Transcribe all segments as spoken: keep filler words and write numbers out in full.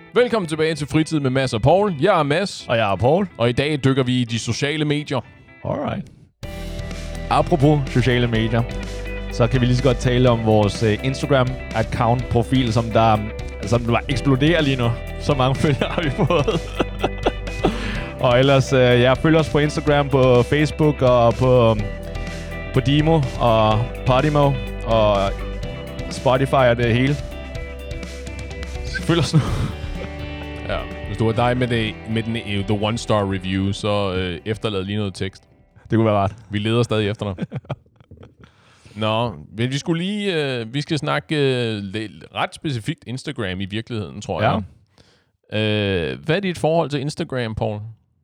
Velkommen tilbage til Fritid med Mads og Paul. Jeg er Mads. Og jeg er Paul. Og i dag dykker vi i de sociale medier. Alright. Apropos sociale medier, så kan vi lige så godt tale om vores uh, Instagram-account-profil, som der, som der eksploderer lige nu. Så mange følgere har vi fået. Og ellers, uh, jeg følger os på Instagram, på Facebook og på, um, på Demo og Podimo og Spotify og det hele. Følg os nu. Ja, hvis du var dig med, det, med den, uh, the one-star review, så uh, efterlad lige noget tekst. Det kunne være rart. Vi leder stadig efter dig. Nå, men vi skulle lige, uh, vi skal snakke uh, ret specifikt Instagram i virkeligheden, tror ja. jeg. Uh, hvad er dit forhold til Instagram, Paul?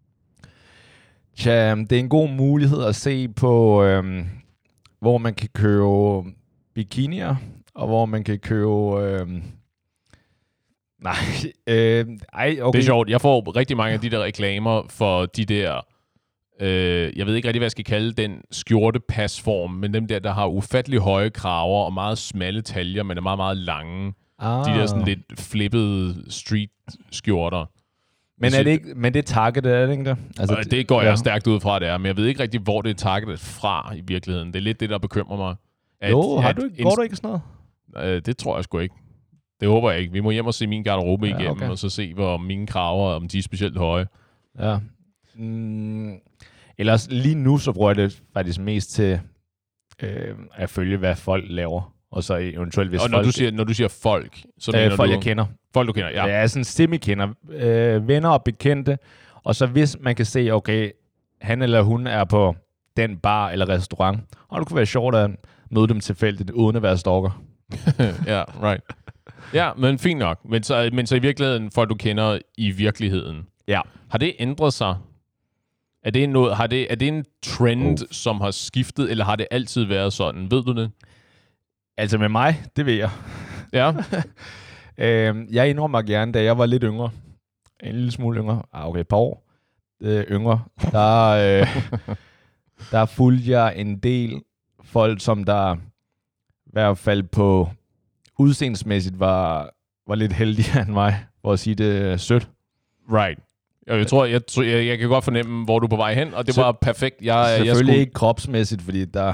Tja, det er en god mulighed at se på, øhm, hvor man kan købe bikinier, og hvor man kan købe... Øhm, nej, øh, ej, okay. Det er sjovt. Jeg får rigtig mange af de der reklamer for de der... Øh, jeg ved ikke rigtig, hvad jeg skal kalde den skjortepasform, men dem der, der har ufattelig høje kraver og meget smalle taljer, men er meget, meget lange. Ah. De der sådan lidt flippede street-skjorter. Men er det ikke, men det er targeted, er det ikke det? Altså, øh, det går jeg ja. stærkt ud fra, det er, men jeg ved ikke rigtig, hvor det er targeted fra i virkeligheden. Det er lidt det, der bekymrer mig. At, jo, har du ikke, går du ikke sådan noget? Øh, det tror jeg sgu ikke. Det håber jeg ikke. Vi må hjem og se min garderobe ja, igennem, okay. og så se, hvor mine kraver, om de er specielt høje. Ja. Mm, ellers lige nu, så bruger jeg det faktisk mest til øh, at følge, hvad folk laver. Og så eventuelt, hvis og når folk... Du siger, når du siger folk, så øh, mener folk, du... jeg kender. Folk, du kender, ja. Ja, sådan semi-kender. Øh, venner og bekendte. Og så hvis man kan se, okay, han eller hun er på den bar eller restaurant, og det kunne være sjovt at møde dem tilfældigt, uden at være stalker. Ja, right. Ja, men fint nok. Men så, men så i virkeligheden, folk du kender i virkeligheden. Ja. Har det ændret sig? Er det, noget, har det, er det en trend, uh. som har skiftet, eller har det altid været sådan? Ved du det? Altså med mig, det ved jeg. Ja. øhm, jeg indrømmer gerne, da jeg var lidt yngre, en lille smule yngre, ah, okay, et par år øh, yngre, der, øh, der fulgte jeg en del folk, som der i hvert fald på udseendsmæssigt var, var lidt heldigere end mig, for at sige det sødt. Right. Jeg tror, jeg, jeg, jeg kan godt fornemme, hvor du er på vej hen, og det Så, var perfekt. Jeg, selvfølgelig jeg skulle... ikke kropsmæssigt, fordi der...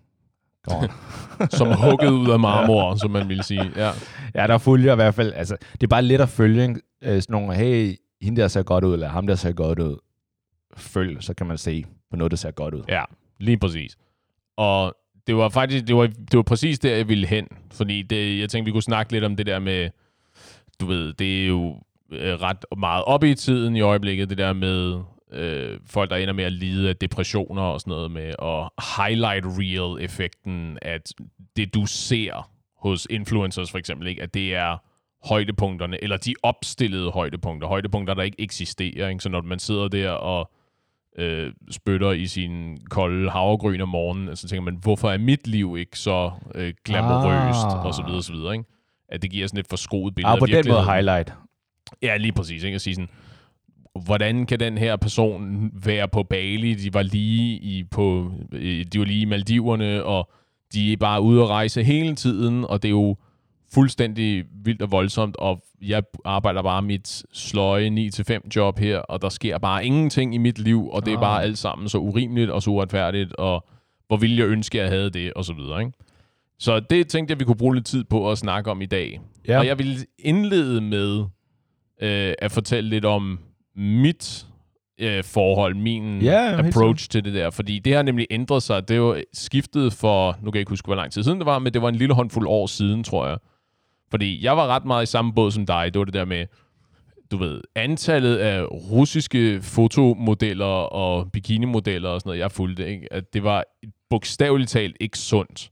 som hugget ud af marmor, som man ville sige. Ja, ja der fulgte jeg i hvert fald... Altså, det er bare let at følge, ikke? Sådan nogle, hey, hende der ser godt ud, eller ham der ser godt ud. Følg, så kan man se på noget, der ser godt ud. Ja, lige præcis. Og det var faktisk... Det var, det var præcis der, jeg ville hen. Fordi det, jeg tænkte, vi kunne snakke lidt om det der med... Du ved, det er jo ret meget op i tiden i øjeblikket, det der med øh, folk, der ender med at lide af depressioner og sådan noget med, og highlight reel-effekten, at det du ser hos influencers for eksempel, ikke, at det er højdepunkterne, eller de opstillede højdepunkter, højdepunkter, der ikke eksisterer. Ikke? Så når man sidder der og øh, spytter i sin kolde havregryn om morgenen, så tænker man, hvorfor er mit liv ikke så øh, glamourøst, ah. og så videre, og så videre, ikke? At det giver sådan et forskruet billede ah, på den måde highlight. Ja, lige præcis. Ikke? At sige sådan, hvordan kan den her person være på Bali? De var lige i, på, de var lige i Maldiverne, og de er bare ude at rejse hele tiden, og det er jo fuldstændig vildt og voldsomt, og jeg arbejder bare mit sløje ni til fem job her, og der sker bare ingenting i mit liv, og det er bare alt sammen så urimeligt og så uretfærdigt, og hvor ville jeg ønske, at jeg havde det, og så videre, ikke? Så det tænkte jeg, vi kunne bruge lidt tid på at snakke om i dag. Ja. Og jeg vil indlede med øh, at fortælle lidt om mit øh, forhold, min ja, approach til det der. Fordi det har nemlig ændret sig. Det er jo skiftet for, nu kan jeg ikke huske, hvor lang tid siden det var, men det var en lille håndfuld år siden, tror jeg. Fordi jeg var ret meget i samme båd som dig. Det var det der med, du ved, antallet af russiske fotomodeller og bikinimodeller og sådan noget, jeg fulgte, ikke? At det var bogstaveligt talt ikke sundt.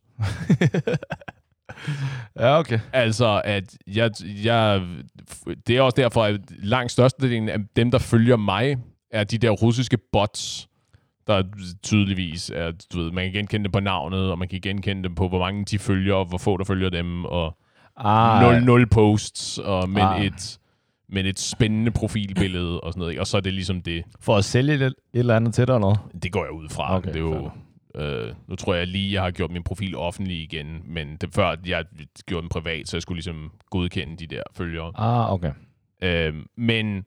Ja, okay. Altså, at jeg, jeg... Det er også derfor, at langt størstedelen af dem, der følger mig, er de der russiske bots, der tydeligvis er, du ved, man kan genkende dem på navnet, og man kan genkende dem på, hvor mange de følger, og hvor få der følger dem, og ah, nul, nul posts, og, men, ah. et, men et spændende profilbillede, og sådan noget, ikke? Og så er det ligesom det. For at sælge et, et eller andet til dig, noget? Det går jeg ud fra. Okay, det er jo... Uh, nu tror jeg lige, jeg har gjort min profil offentlig igen, men det før jeg gjorde den privat, så jeg skulle ligesom godkende de der følgere. Ah, okay. Øh, men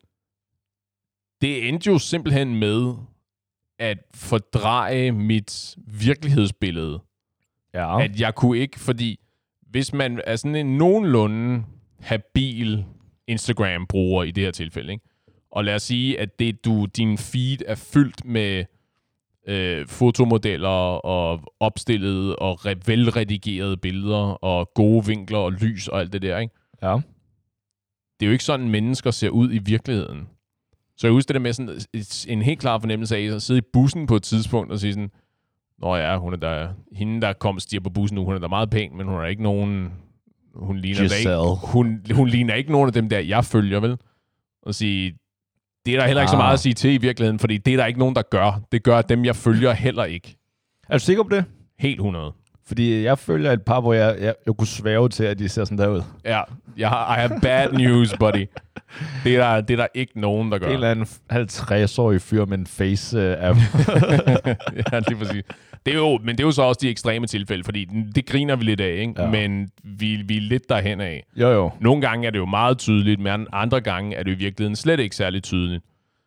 det endte jo simpelthen med at fordreje mit virkelighedsbillede. Ja. At jeg kunne ikke, fordi hvis man er sådan en nogenlunde habil Instagram-bruger i det her tilfælde, ikke? Og lad os sige, at det, du, din feed er fyldt med øh, fotomodeller og opstillede og re- velredigerede billeder og gode vinkler og lys og alt det der, ikke? Ja. Det er jo ikke sådan, mennesker ser ud i virkeligheden. Så jeg husker det der med sådan en helt klar fornemmelse af at sidde i bussen på et tidspunkt og sige sådan, nå ja, hun er der, hende der kom stiger på bussen nu, hun er da meget pæn, men hun er ikke nogen, hun ligner, der ikke, hun, hun ligner ikke nogen af dem der, jeg følger, vel? Og sige, det er der heller ikke ah. så meget at sige til i virkeligheden, fordi det er der ikke nogen, der gør. Det gør dem, jeg følger, heller ikke. Er du sikker på det? Helt hundrede. Fordi jeg følger et par, hvor jeg, jeg, jeg kunne svæve til, at de ser sådan der ud. Ja, jeg har, I have bad news, buddy. Det er, der, det er der ikke nogen, der gør. En eller anden halvtreds-årig fyr med en face-app. Ja, lige præcis. Det er jo, men det er jo så også de ekstreme tilfælde, fordi det griner vi lidt af, ikke? Ja. Men vi, vi er lidt derhen af. Jo, jo. Nogle gange er det jo meget tydeligt, men andre gange er det i virkeligheden slet ikke særlig tydeligt,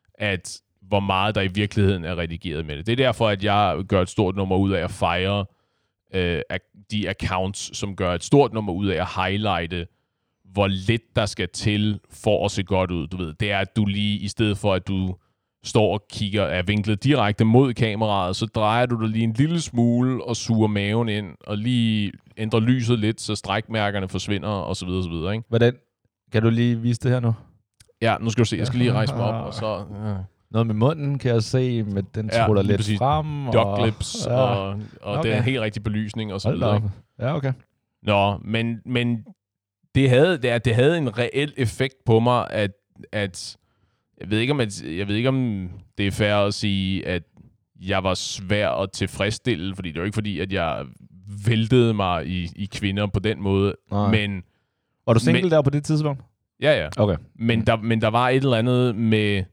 at hvor meget der i virkeligheden er redigeret med det. Det er derfor, at jeg gør et stort nummer ud af at fejre øh, de accounts, som gør et stort nummer ud af at highlighte, hvor lidt der skal til for at se godt ud. Du ved, det er, at du lige, i stedet for at du står og kigger, er vinklet direkte mod kameraet, så drejer du dig lige en lille smule og suger maven ind, og lige ændrer lyset lidt, så strækmærkerne forsvinder, og så videre, så videre, ikke? Hvordan? Kan du lige vise det her nu? Ja, nu skal du se. Jeg skal lige rejse mig op, og så... Ja. Noget med munden kan jeg se, med den truller ja, lidt præcis. Frem. Og dog-lips, ja. og, og okay. Det er en helt rigtig belysning, og så videre, ikke? Ja, okay. Nå, men, men det, havde, det, det havde en reel effekt på mig, at... at Jeg ved, ikke, om at, jeg ved ikke, om det er fair at sige, at jeg var svær at tilfredsstille, fordi det var ikke fordi, at jeg væltede mig i, i kvinder på den måde. Nej. Men var du single men, der på det tidspunkt? Ja, ja. Okay. Men, mm. der, men der var et eller andet med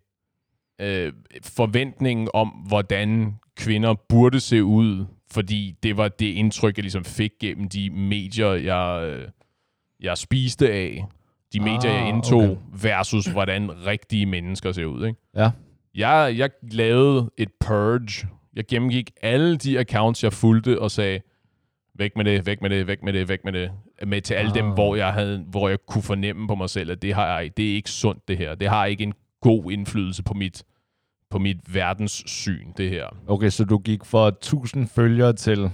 øh, forventningen om, hvordan kvinder burde se ud, fordi det var det indtryk, jeg ligesom fik gennem de medier, jeg, jeg spiste af. De medier, ah, jeg indtog, okay. versus hvordan rigtige mennesker ser ud, ikke? Ja. Jeg, jeg lavede et purge. Jeg gennemgik alle de accounts, jeg fulgte, og sagde, væk med det, væk med det, væk med det, væk med det. Med til alle ah. dem, hvor jeg, havde, hvor jeg kunne fornemme på mig selv, at det, har jeg, det er ikke sundt, det her. Det har ikke en god indflydelse på mit, på mit verdenssyn, det her. Okay, så du gik fra tusind følgere til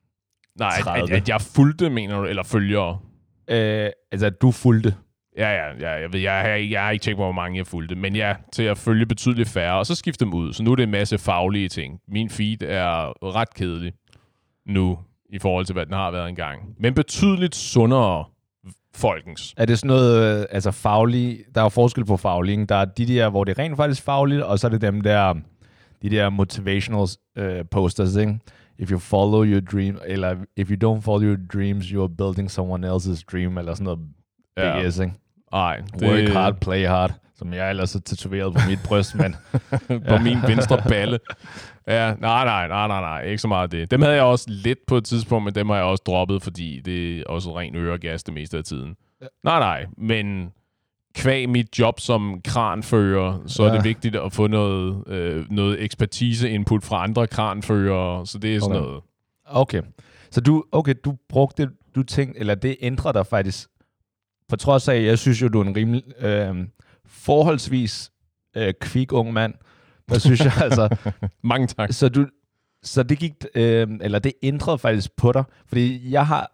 Nej, at, at jeg fulgte, mener du, eller følgere? Øh, altså, at du fulgte? Ja, ja, ja, jeg ved, jeg, jeg, jeg har ikke tjekket, hvor mange jeg fulgte, men ja, til at følge betydeligt færre, og så skifte dem ud. Så nu er det en masse faglige ting. Min feed er ret kedelig nu, i forhold til, hvad den har været engang. Men betydeligt sundere, folkens. Er det sådan noget, altså faglige, der er forskel på faglige, der er de der, hvor det er rent faktisk fagligt, og så er det dem der, de der motivational uh, posters, ikke? If you follow your dream, eller if you don't follow your dreams, you are building someone else's dream, eller sådan noget. Ja. B S, ikke? Ej, det... Work hard, play hard, som jeg ellers er tatoveret på mit bryst, men... på min venstre balle. Ja, nej, nej, nej, nej, nej, ikke så meget af det. Dem havde jeg også lidt på et tidspunkt, men dem har jeg også droppet, fordi det er også ren øregas det meste af tiden. Ja. Nej, nej, men kvæg mit job som kranfører, så ja. er det vigtigt at få noget, øh, noget ekspertise-input fra andre kranførere, så det er sådan okay. noget. Okay, så du, okay, du brugte, du tænkte, eller det ændrer dig faktisk. På trods af, jeg synes jo, du er en rimelig øh, forholdsvis øh, kvik ung mand. Der synes jeg altså... Mange tak. Så, du, så det gik, øh, eller det ændrede faktisk på dig. Fordi jeg har,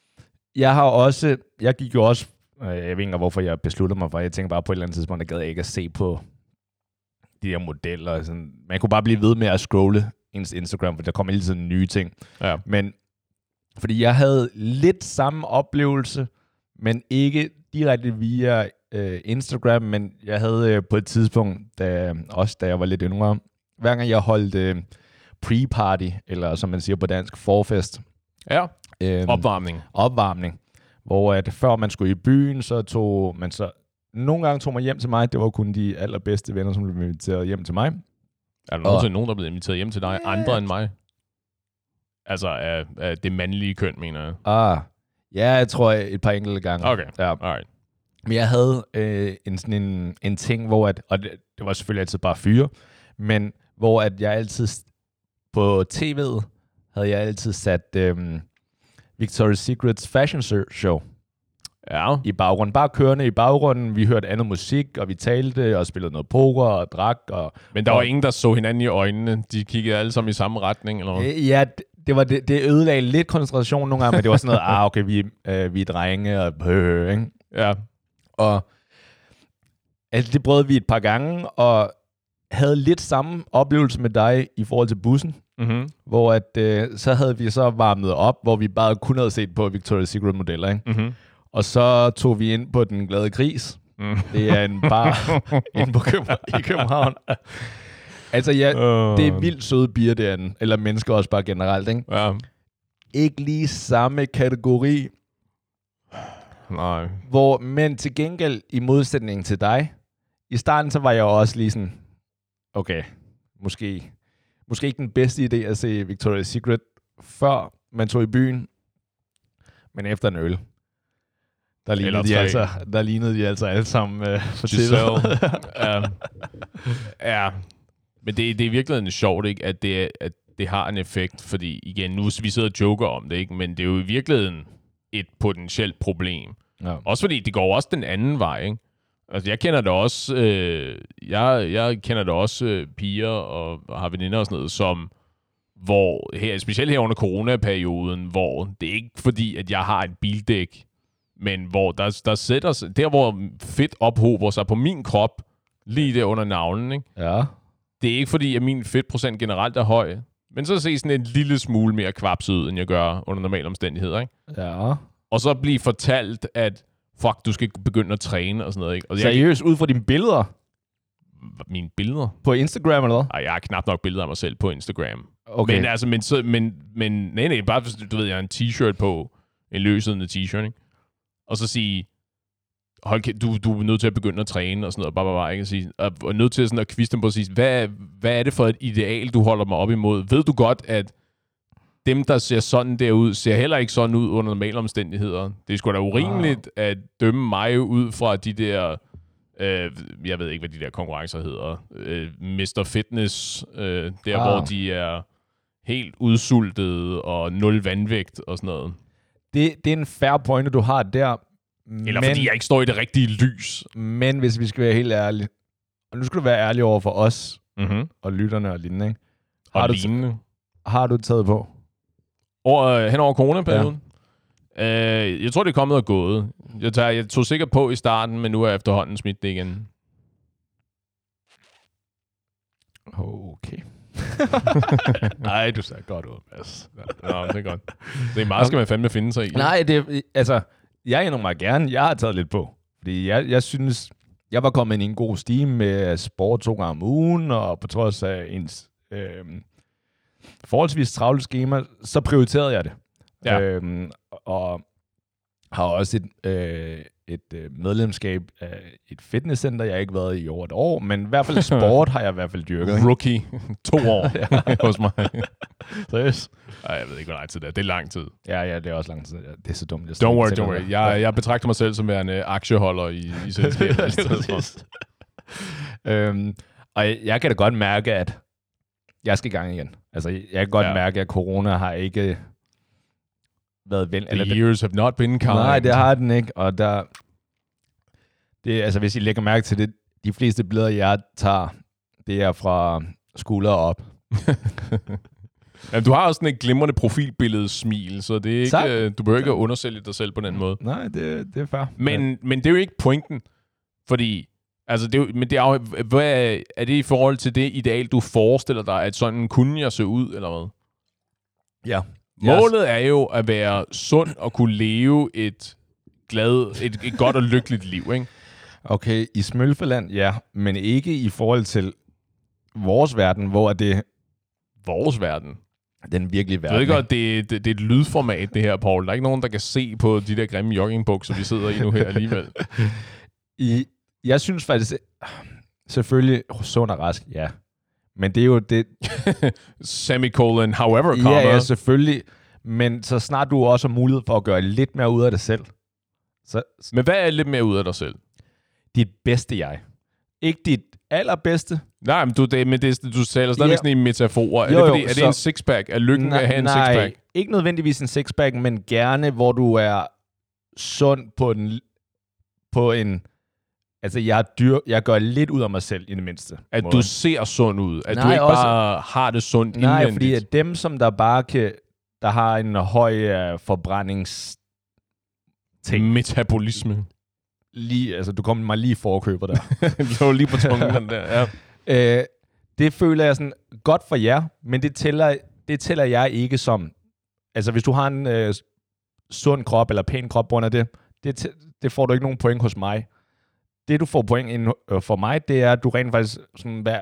jeg har også, jeg gik jo også, øh, jeg ved ikke hvorfor jeg besluttede mig for, jeg tænkte bare på et eller andet tidspunkt, jeg gad ikke at se på de her modeller. Sådan. Man kunne bare blive ved med at scrolle ens Instagram, for der kom hele tiden nye ting. Ja. Men fordi jeg havde lidt samme oplevelse, men ikke direkte via øh, Instagram, men jeg havde øh, på et tidspunkt, da, også da jeg var lidt yngre, hver gang jeg holdt øh, pre-party, eller som man siger på dansk, forfest. Ja, øh, opvarmning. Opvarmning, hvor at før man skulle i byen, så tog man så, nogle gange tog man hjem til mig, det var kun de allerbedste venner, som blev inviteret hjem til mig. Er der nogensinde nogen, der er blevet inviteret hjem til dig, yeah. andre end mig? Altså af, af det mandlige køn, mener jeg. Ah, ja, jeg tror et par enkelte gange. Okay, ja. alright. Men jeg havde øh, en, sådan en, en ting, hvor at, og det, det var selvfølgelig altid bare fyre, men hvor at jeg altid på tv'et havde jeg altid sat øh, Victoria's Secrets Fashion Show ja. i baggrunden. Bare kørende i baggrunden. Vi hørte andet musik, og vi talte og spillede noget poker og drak. Og, men der og, var ingen, der så hinanden i øjnene. De kiggede alle sammen i samme retning, eller hvad? Ja, det, var det, det ødelagde lidt koncentration nogle gange, men det var sådan noget, ah, okay, vi, øh, vi er drenge, og øh, ikke? Ja. Og altså, det prøvede vi et par gange, og havde lidt samme oplevelse med dig i forhold til bussen, mm-hmm. hvor at, øh, så havde vi så varmet op, hvor vi bare kun havde set på Victoria's Secret-modeller, ikke? Mm-hmm. Og så tog vi ind på Den Glade Gris. Mm. Det er en bar inde på København, i København. Altså, ja, uh. det er vildt søde bier derinde, eller mennesker også bare generelt, ikke? Ja. Ikke lige samme kategori. Nej. Hvor, men til gengæld, i modsætning til dig, i starten så var jeg også lige sådan, okay, måske, måske ikke den bedste idé at se Victoria's Secret, før man tog i byen, men efter en øl. Der lignede, de altså, der lignede de altså alle sammen uh, for Giselle. ja. ja. Men det, det er virkelig sjovt, ikke, at det, at det har en effekt, fordi igen, nu vi sidder og joker om det, ikke, men det er jo i virkeligheden et potentielt problem. Ja. Også fordi det går også den anden vej, ikke? Altså, jeg kender det også, øh, jeg, jeg kender det også øh, piger og, og har veninder og sådan noget, som, hvor, her, specielt her under coronaperioden, hvor det er ikke fordi, at jeg har et bildæk, men hvor der, der sætter sig, der hvor fedt ophober sig på min krop, lige der under navlen, ikke? Ja. Det er ikke fordi, at min fedtprocent generelt er høj, men så ser sådan en lille smule mere kvapset ud, end jeg gør under normale omstændigheder, ikke? Ja. Og så blive fortalt, at fuck, du skal begynde at træne og sådan noget, ikke? Og seriøst, ud fra dine billeder? Mine billeder? På Instagram eller hvad? Ej, jeg har knap nok billeder af mig selv på Instagram. Okay. Men altså, men, så, men, men nej, nej, bare du ved, jeg har en t-shirt på, en løsende t-shirt, ikke? Og så sige, hold, du, du er nødt til at begynde at træne og sådan noget, bare, bare, bare, ikke? At sige, og, og nødt til sådan at kviste dem på at sige, hvad, hvad er det for et ideal, du holder mig op imod? Ved du godt, at dem, der ser sådan der ud, ser heller ikke sådan ud under normale omstændigheder. Det er sgu da urimeligt wow. at dømme mig ud fra de der, øh, jeg ved ikke, hvad de der konkurrencer hedder, øh, mister Fitness, øh, der ah. hvor de er helt udsultede og nul vandvægt og sådan noget. Det, det er en fair point, du har der. Eller men, fordi jeg ikke står i det rigtige lys. Men hvis vi skal være helt ærlige, og nu skal du være ærlig over for os, mm-hmm. og lytterne og lignende, ikke? Har og du lignende. T- har du taget på? Over, hen over coronaperioden? Ja. Øh, jeg tror, det er kommet og gået. Jeg, tager, jeg tog sikkert på i starten, men nu er jeg efterhånden smidt det igen. Okay. Nej, du ser godt ud, Mads. Nå, det er godt. Det er meget, skal man fandme finde sig i. Nej, det altså, jeg indrømmer mig gerne, jeg har taget lidt på. Fordi jeg, jeg synes, jeg var kommet ind i en god stime med sport to gange om ugen, og på trods af ens øh, forholdsvis travlt schema, så prioriterede jeg det. Ja. Øhm, og har også et, øh, et øh, medlemskab af et fitnesscenter, jeg har ikke været i over et år, men i hvert fald sport har jeg i hvert fald dyrket. Rookie. To år hos mig. Seriøs? Ej, jeg ved ikke, hvor lang tid det er. Det er lang tid. Ja, ja, det er også lang tid. Det er så dumt. Don't worry, don't worry. Jeg, jeg betragter mig selv som værende aktieholder i, i selskabet. øhm, og jeg, jeg kan da godt mærke, at jeg skal i gang igen. Altså, jeg kan godt ja. mærke, at corona har ikke været ven. The years have not been kind. Nej, det har den ikke. Og der, det, altså, hvis I lægger mærke til det, de fleste billeder, jeg tager, det er fra skulder op. Jamen, du har også sådan et glimrende profilbillede smil, så det er ikke, uh, du behøver ikke at undersælge dig selv på den måde. Nej, det, det er fair. Men, ja. men det er jo ikke pointen, fordi altså, det er, men det er, hvad, er det i forhold til det ideal, du forestiller dig, at sådan kunne jeg se ud, eller hvad? Ja. Målet yes. er jo at være sund og kunne leve et glad, et, et godt og lykkeligt liv, ikke? Okay, i Smølfeland, ja, men ikke i forhold til vores verden, hvor er det vores verden. Den virkelige verden. Jeg ved godt, det, det, det er et lydformat, det her, Paul. Der er ikke nogen, der kan se på de der grimme joggingbukser, vi sidder i nu her alligevel. I, jeg synes faktisk, selvfølgelig sund og rask, ja. Men det er jo det... Semicolon, however, ja, ja, selvfølgelig. Men så snart du også har mulighed for at gøre lidt mere ud af det selv, Så, Men hvad er lidt mere ud af dig selv? Dit bedste jeg. Ikke dit allerbedste. Nej, men du, det, men det, du taler stadigvæk Ja. sådan i metaforer. Er, Jo, det, jo, fordi, er det så- en sixpack? Er lykken Nej, at have en nej, sixpack? ikke nødvendigvis en sixpack, men gerne, hvor du er sund på en... På en altså, jeg, er dyr, jeg gør lidt ud af mig selv, i det mindste. At måde. du ser sund ud. At Nej, du ikke også- bare har det sundt Nej, indvendigt. fordi at dem, som der bare kan... Der har en høj uh, forbrændings... ting. Metabolisme. Lige, altså, du kommer mig lige i forkøbet der. Det var lige på tungen, den der. Ja. Øh, det føler jeg sådan godt for jer, men det tæller, det tæller jeg ikke som... Altså, hvis du har en øh, sund krop, eller pæn krop under det, det, tæ- det får du ikke nogen point hos mig. Det, du får point ind, øh, for mig, det er, at du rent faktisk sådan hver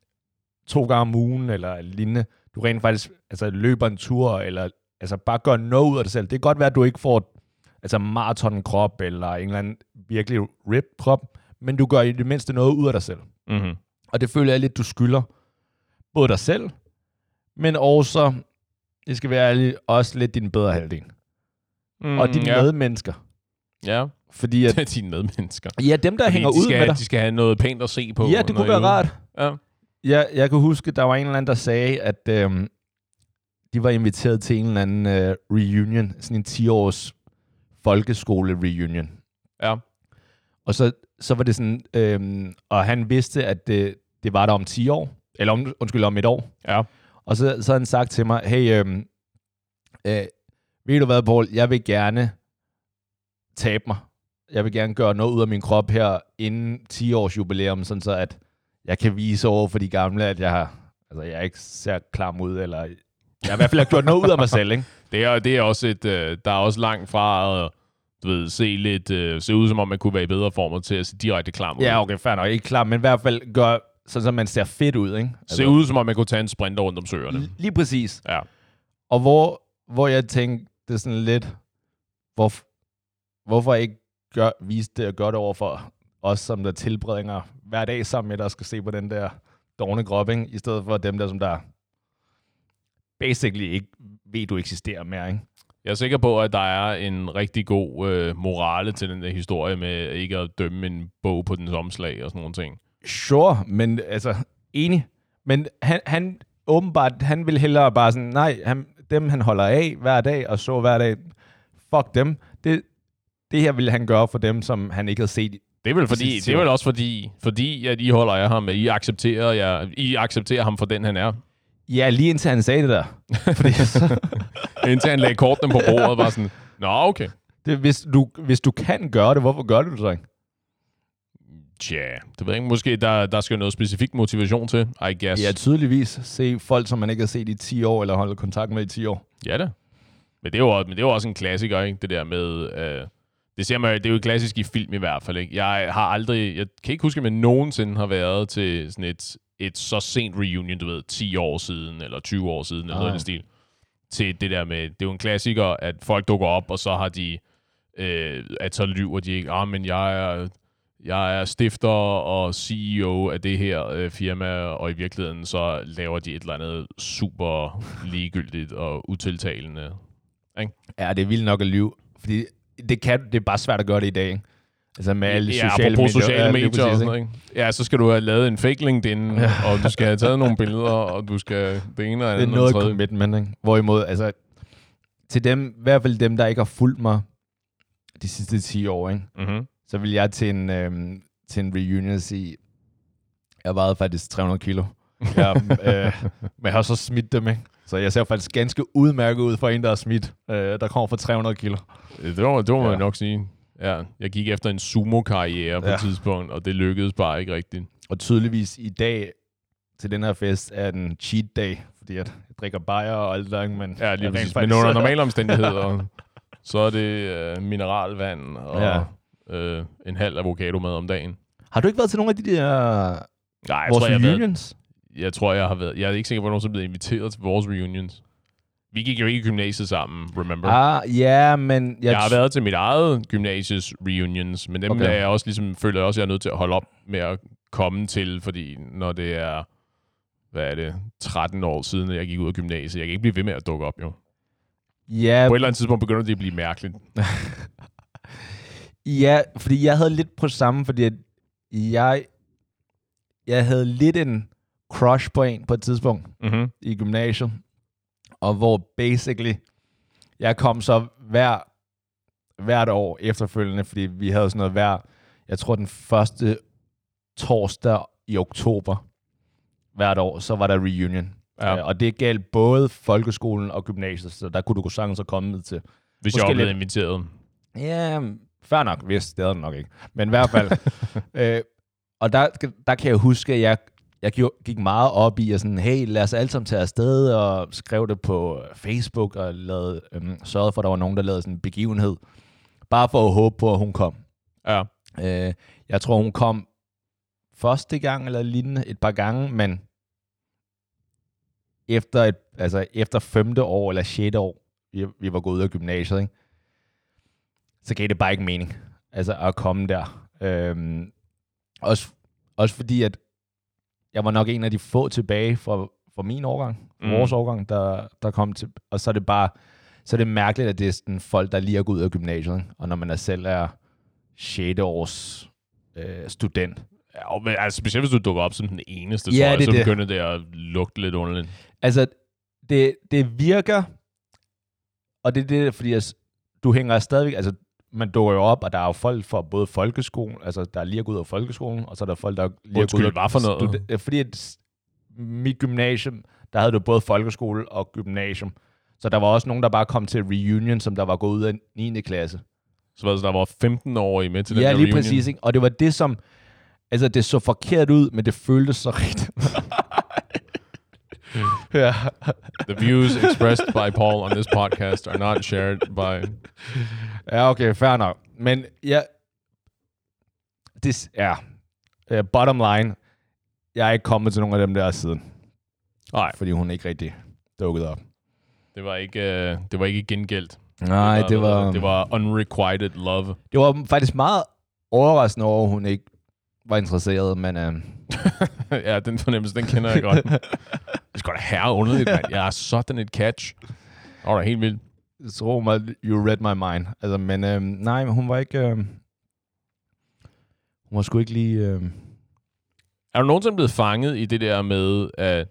to gange om ugen, eller lignende, du rent faktisk altså, løber en tur, eller altså, bare gør noget ud af dig selv. Det kan godt være, at du ikke får altså, maraton-krop, eller en eller anden virkelig ripped krop, men du gør i det mindste noget ud af dig selv. Mm-hmm. Og det føler jeg lidt, du skylder både dig selv, men også, det skal være ærlig, også lidt din bedre halvdel. Mm, Og dine ja. medmennesker. Ja, Fordi at, det er dine medmennesker. ja, dem der Fordi hænger de ud skal, med dig. De skal have noget pænt at se på. Ja, det når kunne I er være ude. rart. Ja. Jeg, jeg kan huske, der var en eller anden, der sagde, at øhm, de var inviteret til en eller anden øh, reunion, sådan en ti-års folkeskole-reunion. Ja. Og så, så var det sådan, øhm, og han vidste, at det, det var der om ti år, eller om, undskyld, om et år. Ja. Og så, så havde han sagt til mig, hey, øhm, øh, ved du hvad, Paul, jeg vil gerne tabe mig. Jeg vil gerne gøre noget ud af min krop her inden ti års jubilæum, sådan så at jeg kan vise over for de gamle, at jeg har, altså jeg er ikke ser klam ud, eller jeg har i hvert fald har gjort noget ud af mig selv, ikke? Det er, det er også et, øh, der er også langt fra at du ved, se lidt, øh, se ud som om man kunne være i bedre former til at se direkte klam ud. Ja, okay, fair nok, ikke klam, men i hvert fald gør, sådan så man ser fedt ud, ikke? Altså, Se ud som om man kunne tage en sprinter rundt om søerne. lige præcis. Ja. Og hvor, hvor jeg tænkte, det er sådan lidt, hvor, hvorfor ikke gør, vise det og gøre det over for os, som der tilbringer hver dag sammen med, der skal se på den der dårne krop, ikke? I stedet for dem der, som der basically ikke ved, du eksisterer mere, ikke? Jeg er sikker på, at der er en rigtig god øh, morale til den der historie med ikke at dømme en bog på dens omslag og sådan nogle ting. Sure, men altså, enig. Men han, han åbenbart, han vil hellere bare sådan, nej, han, dem han holder af hver dag og så hver dag, fuck dem. Det, det her ville han gøre for dem, som han ikke havde set. Det er vel, fordi, det er vel også fordi, fordi at I holder af ham, at I accepterer, jer, I accepterer ham for den, han er. Ja, lige indtil han sagde det der. Fordi så, Indtil han lagde kortene på bordet og var sådan, nå, okay. det, hvis, du, hvis du kan gøre det, hvorfor gør du det så ikke? Tja, det ved jeg ikke. Måske der, der skal noget specifik motivation til, I guess. Ja, tydeligvis. Se folk, som man ikke har set i ti år, eller holdt kontakt med i ti år. Ja da. Men det er jo, men det er jo også en klassiker, ikke? Det der med... Øh, det ser man, det er jo klassisk i film i hvert fald, ikke? Jeg har aldrig... Jeg kan ikke huske, at jeg nogensinde har været til sådan et, et så sent reunion, du ved, ti år siden, eller tyve år siden, eller Ah. noget i den stil. Til det der med... Det er jo en klassiker, at folk dukker op, og så har de... Øh, at så lyver de ikke. Ah, men jeg er... Jeg er stifter og C E O af det her øh, firma, og i virkeligheden så laver de et eller andet super ligegyldigt og utiltalende. Ikke? Ja, det er vildt nok at lyve. Fordi det, kan, det er bare svært at gøre det i dag, ikke? Altså med alle Ja, sociale apropos medier. sociale Ja, medier lige præcis, og sådan noget, ikke? Ja, så skal du have lavet en fake LinkedIn, Ja. og du skal have taget nogle billeder, og du skal det ene og Det er andet og noget tredje. commitment, ikke? Hvorimod, altså, til dem, i hvert fald dem, der ikke har fulgt mig de sidste ti år, ikke? Mm-hmm. Så vil jeg til en, øhm, til en reunion sige, jeg vejede faktisk tre hundrede kilo. Jeg, øh, men jeg har så smidt dem, ikke? Så jeg ser faktisk ganske udmærket ud for en, der er smidt, øh, der kommer fra tre hundrede kilo. Det var, det må Ja. man nok sige. Ja, jeg gik efter en sumo-karriere på Ja. et tidspunkt, og det lykkedes bare ikke rigtigt. Og tydeligvis i dag til den her fest er den cheat day, fordi at jeg drikker bajer og alt det der, men Ja, lige jeg præcis. rent Men under faktisk- normale omstændigheder, så er det øh, mineralvand og Ja. øh, en halv avocado-mad om dagen. Har du ikke været til nogle af de der Nej, jeg vores tror, jeg, har været, reunions? jeg tror, jeg har været... Jeg er ikke sikker på, at nogen er blevet inviteret til vores reunions. Vi gik jo ikke i gymnasiet sammen, remember? Ah, ja, men... Jeg har været til mit eget gymnasies reunions, men dem Okay. okay. er jeg også ligesom, føler jeg også, at jeg er nødt til at holde op med at komme til, fordi når det er, hvad er det, tretten år siden, at jeg gik ud af gymnasiet, jeg kan ikke blive ved med at dukke op, jo. Ja, På et eller andet tidspunkt begynder det at blive mærkeligt. Ja, fordi jeg havde lidt på samme, fordi jeg, jeg havde lidt en crush på en på et tidspunkt mm-hmm. i gymnasiet, og hvor basically, jeg kom så hver, hvert år efterfølgende, fordi vi havde sådan noget hver, jeg tror den første torsdag i oktober hvert år, så var der reunion. Ja. Uh, og det galt både folkeskolen og gymnasiet, så der kunne du gå sagtens og komme med til. Hvis jeg var blevet inviteret. Ja, fair nok, hvis det er det nok ikke. Men i hvert fald. øh, og der, der kan jeg huske, at jeg, jeg gik meget op i, at sådan, hey, lad os alle sammen tage afsted, og skrev det på Facebook, og lavede, øhm, sørgede for, at der var nogen, der lavede sådan en begivenhed. Bare for at håbe på, at hun kom. Ja. Øh, jeg tror, hun kom første gang, eller lignende, et par gange, men efter, et, altså efter femte år, eller sjette år, vi, vi var gået ud af gymnasiet, ikke? Så gav det bare ikke mening, altså at komme der. Øhm, også, også fordi, at jeg var nok en af de få tilbage fra, fra min årgang, fra mm. vores årgang, der, der kom til, og så er det bare, så er det mærkeligt, at det er sådan folk, der lige er gået ud af gymnasiet, ikke? Og når man er selv er sjette års øh, student. Ja, og, altså, specielt hvis du dukker op som den eneste, ja, tror jeg, det, så det. begynder det at lugte lidt underligt. Altså, det, det virker, og det er det, fordi altså, du hænger stadigvæk, altså man dukker jo op, og der er jo folk fra både folkeskolen, altså der er lige gået ud af folkeskolen, og så er der folk, der er lige Undskyld, gået ud af... hvad for noget? Stud- fordi at mit gymnasium, der havde du både folkeskole og gymnasium, så der var også nogen, der bare kom til reunion, som der var gået ud af niende klasse. Så var det, der var femten-årige med til den ja, der lige reunion? Præcis, ikke? Og det var det, som... Altså, det så forkert ud, men det føltes så rigtigt. Ja. The views expressed by Paul on this podcast are not shared by... Ja, okay, fair nok. Men ja, det ja, uh, bottom line, jeg er ikke kommet til nogen af dem der siden. Nej. Fordi hun ikke rigtig dukkede op. Det var ikke, uh, det var ikke gengældt. Nej, det var... Det var, det var unrequited love. Det var faktisk meget overraskende over, at hun ikke var interesseret, men... Uh... ja, den fornemmelse, den kender jeg godt. Det er sgu da herreunderligt, mand. Jeg er sådan et catch. Åh, det er helt vildt. Så mig, you read my mind. Altså, men øh, nej, hun var ikke... Øh, hun var sgu ikke lige... Øh... Er du nogensinde blevet fanget i det der med at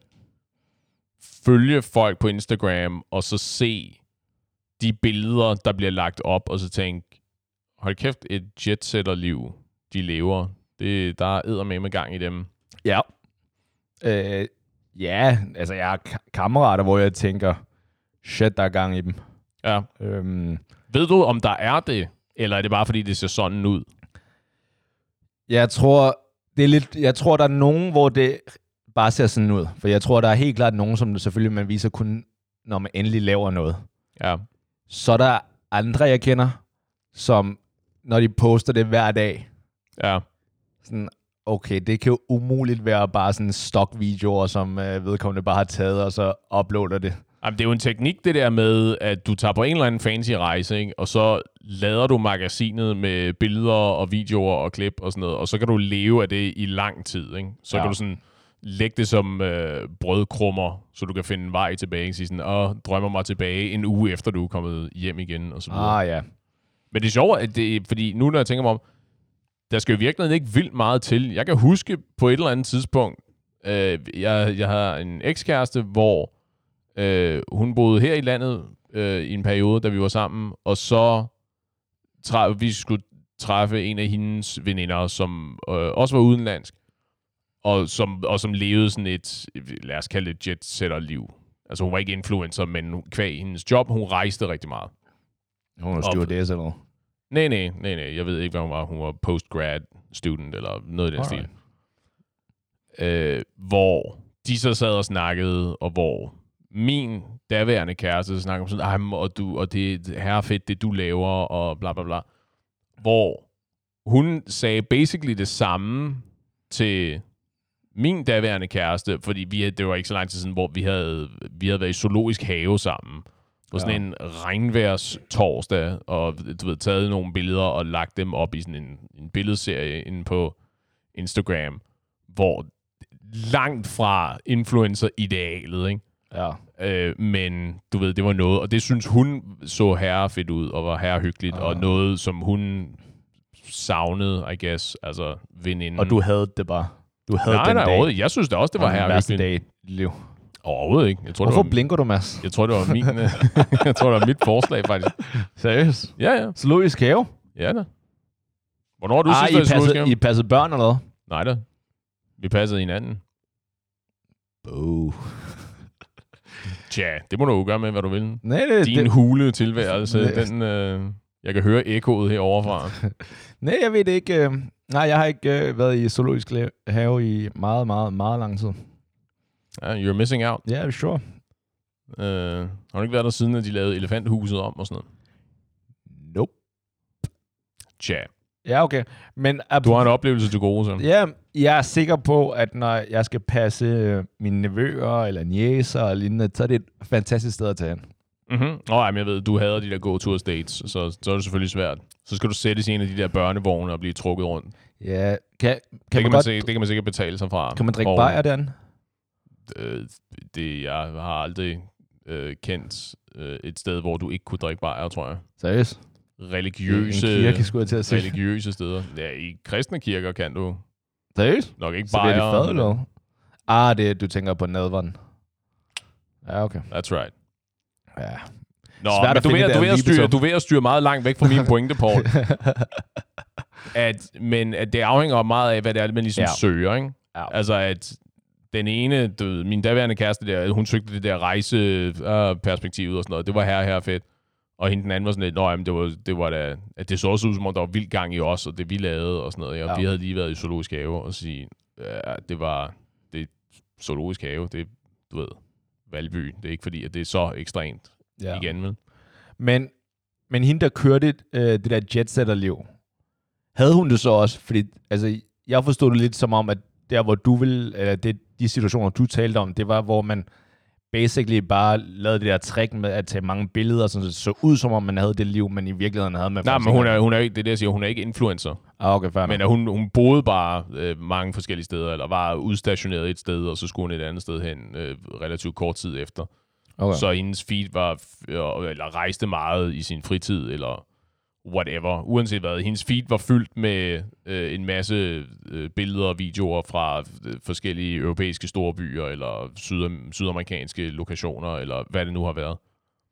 følge folk på Instagram, og så se de billeder, der bliver lagt op, og så tænke, hold kæft, et jetsetter-liv, de lever. Det, der er eddermame gang i dem. Ja. Øh, ja, altså jeg har k- kammerater, hvor jeg tænker, shit, der er gang i dem. Ja. Øhm, Ved du, om der er det, eller er det bare, fordi det ser sådan ud? Jeg tror, det er lidt, jeg tror, der er nogen, hvor det bare ser sådan ud. For jeg tror, der er helt klart nogen, som selvfølgelig man viser kun, når man endelig laver noget. Ja. Så er der andre, jeg kender, som når de poster det hver dag, ja. Sådan, okay, det kan jo umuligt være bare sådan stock-videoer, som øh, vedkommende bare har taget, og så uploader det. Jamen, det er jo en teknik, det der med, at du tager på en eller anden fancy rejse, ikke? Og så lader du magasinet med billeder og videoer og klip og sådan noget, og så kan du leve af det i lang tid, ikke? Så ja. kan du sådan lægge det som øh, brødkrummer, så du kan finde vej tilbage, ikke? Sige sådan, åh, drømmer mig tilbage en uge efter, du er kommet hjem igen, og så videre. Ah, ja. Men det er sjovt, at det, fordi nu, når jeg tænker mig om, der skal jo virkelig ikke vildt meget til. Jeg kan huske på et eller andet tidspunkt, øh, jeg, jeg har en ekskæreste, hvor øh, hun boede her i landet øh, i en periode, da vi var sammen, og så tra- vi skulle træffe en af hendes veninder, som øh, også var udenlandsk, og som, og som levede sådan et, lad os kalde det jet-setter-liv. Altså hun var ikke influencer, men kvæg hendes job, hun rejste rigtig meget. Hun var stewardess eller noget? Nej, nej, nej, nej. Jeg ved ikke, hvad hun var. Hun var postgrad student, eller noget i den Alright. stil. Øh, hvor de så sad og snakkede, og hvor min daværende kæreste snakkede om sådan, og, du, og det er fedt, det du laver, og bla bla bla. Hvor hun sagde basically det samme til min daværende kæreste, fordi vi, det var ikke så lang tid siden, hvor vi havde, vi havde været i zoologisk have sammen. På sådan ja. en regnværs torsdag, og du ved, taget nogle billeder og lagt dem op i sådan en, en billedserie inde på Instagram, hvor langt fra influencer-idealet, ikke? Ja. Øh, men du ved, det var noget, og det synes hun så herrefedt ud, og var herrehyggeligt, ja. og noget, som hun savnet, I guess, altså veninden. Og du havde det bare? Du havde nej, den nej, dag? overhovedet. Jeg synes da også, det var her. værste dag i dit liv? Overhovedet ikke. Jeg tror, Hvorfor det var, blinker du, Mads? Jeg tror, det var min, jeg tror, det var mit forslag, faktisk. Seriøst? Ja, ja. Zoologisk have? Ja da. Hvornår har du ah, sidst I været passede, I passede børn eller hvad? Nej da. Vi passede hinanden. Boo. Tja, det må du jo gøre med, hvad du vil. Nej, det, Din det, hule tilværelse, det, den, øh, jeg kan høre ekkoet herovre fra. nej, jeg ved det ikke. Øh, nej, jeg har ikke øh, været i zoologisk have i meget, meget, meget lang tid. Ja, you're missing out. Ja, yeah, sure. Øh, har du ikke været der siden, at de lavede elefanthuset om og sådan noget? Nope. Tja. Ja, okay. Men, uh, Du har en oplevelse til gode, så. Ja, jeg er sikker på, at når jeg skal passe øh, mine nevøer eller niecer og lignende, så er det et fantastisk sted at tage hen. Mhm. Nå, jamen, jeg ved, du hader de der go-tour-states, så, så er det selvfølgelig svært. Så skal du sætte i en af de der børnevogne og blive trukket rundt. Ja, kan, kan det, kan man godt, sikkert, det kan man sikkert betale sig fra. Kan man drikke og, bajer derinde? Øh, det, jeg har aldrig øh, kendt øh, et sted, hvor du ikke kunne drikke bajer, tror jeg. Seriøst? Religiøse, en kirke, skulle jeg til at sige. religiøse steder. Ja, i kristne kirker kan du Seriøst? nok ikke Så bajer. bliver det fad, eller hvad? Ah, det er, du tænker på nadveren. Ja, okay. That's right. Ja. Nå, Svært men at du, finde er, det du, der er at styre, ligebeton. du er ved at styre meget langt væk fra min pointe, Paul. at, men at det afhænger meget af, hvad det er, man ligesom Ja. søger, ikke? Ja. Altså, at den ene, du, ved, min daværende kæreste der, hun søgte det der rejseperspektivet og sådan noget. Det var her her fedt. Og hende den anden var sådan lidt, nå, jamen, det var, det var da, at det så også ud som om, der var vild gang i os, og det vi lavede og sådan noget. Og Ja. vi havde lige været i zoologisk have og sige, ja, det var, det er zoologisk have, det er, du ved, Valby. Det er ikke fordi, at det er så ekstremt Ja. igen, vel? Men, men hende, der kørte øh, det der jetsetter-liv, havde hun det så også? Fordi altså, jeg forstod det lidt som om, at der, hvor du vil, eller det, de situationer, du talte om, det var, hvor man basically bare lavede det der trick med at tage mange billeder, så det så ud som om, man havde det liv, men i virkeligheden havde man... Nej, men hun er, hun er ikke, det er det, jeg siger, hun er ikke influencer. Ah, okay, fair Men nok. at hun, hun boede bare øh, mange forskellige steder, eller var udstationeret et sted, og så skulle hun et andet sted hen øh, relativt kort tid efter. Okay. Så hendes feed var, øh, eller rejste meget i sin fritid, eller whatever. Uanset hvad, hendes feed var fyldt med øh, en masse øh, billeder og videoer fra øh, forskellige europæiske storbyer, eller syd, sydamerikanske lokationer, eller hvad det nu har været.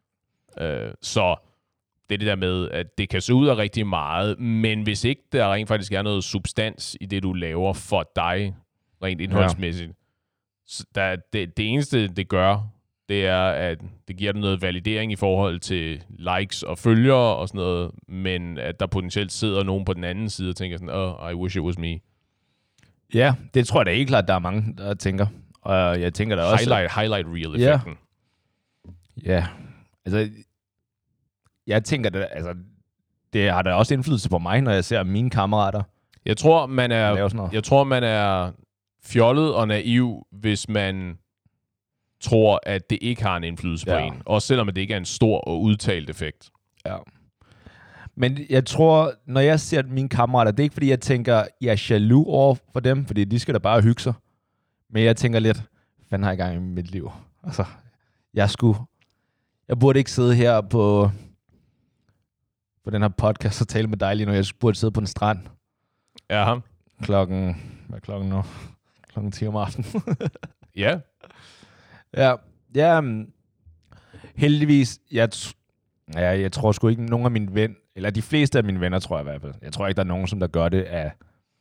Øh, så det er det der med, at det kan se ud af rigtig meget, men hvis ikke der rent faktisk er noget substans i det, du laver for dig, rent indholdsmæssigt, så der, det, det eneste, det gør, det er, at det giver dig noget validering i forhold til likes og følgere og sådan noget, men at der potentielt sidder nogen på den anden side og tænker sådan, oh, I wish it was me. Ja, det tror jeg da helt klart, der er mange, der tænker. Og jeg tænker da også... Highlight, highlight reel-effekten. Ja, ja. Altså, jeg tænker da, altså, det har da også indflydelse på mig, når jeg ser mine kammerater Jeg tror, man er, lave sådan noget. jeg tror, man er fjollet og naiv, hvis man tror, at det ikke har en indflydelse Ja. på en. Også selvom det ikke er en stor og udtalt effekt. Ja. Men jeg tror, når jeg ser mine kammerater, det er ikke fordi, jeg tænker, jeg er jaloux over for dem, fordi de skal da bare hygge sig. Men jeg tænker lidt, hvad fanden har jeg i gang i mit liv? Altså, jeg skulle... Jeg burde ikke sidde her på, på den her podcast og tale med dig lige nu. Jeg burde sidde på en strand Ja, klokken... Hvad er klokken nu? Klokken ti om aftenen. ja. Ja, ja, um, heldigvis, jeg, t- ja, jeg tror sgu ikke, nogen af mine venner, eller de fleste af mine venner, tror jeg i hvert fald, jeg tror ikke, der er nogen, som der gør det af,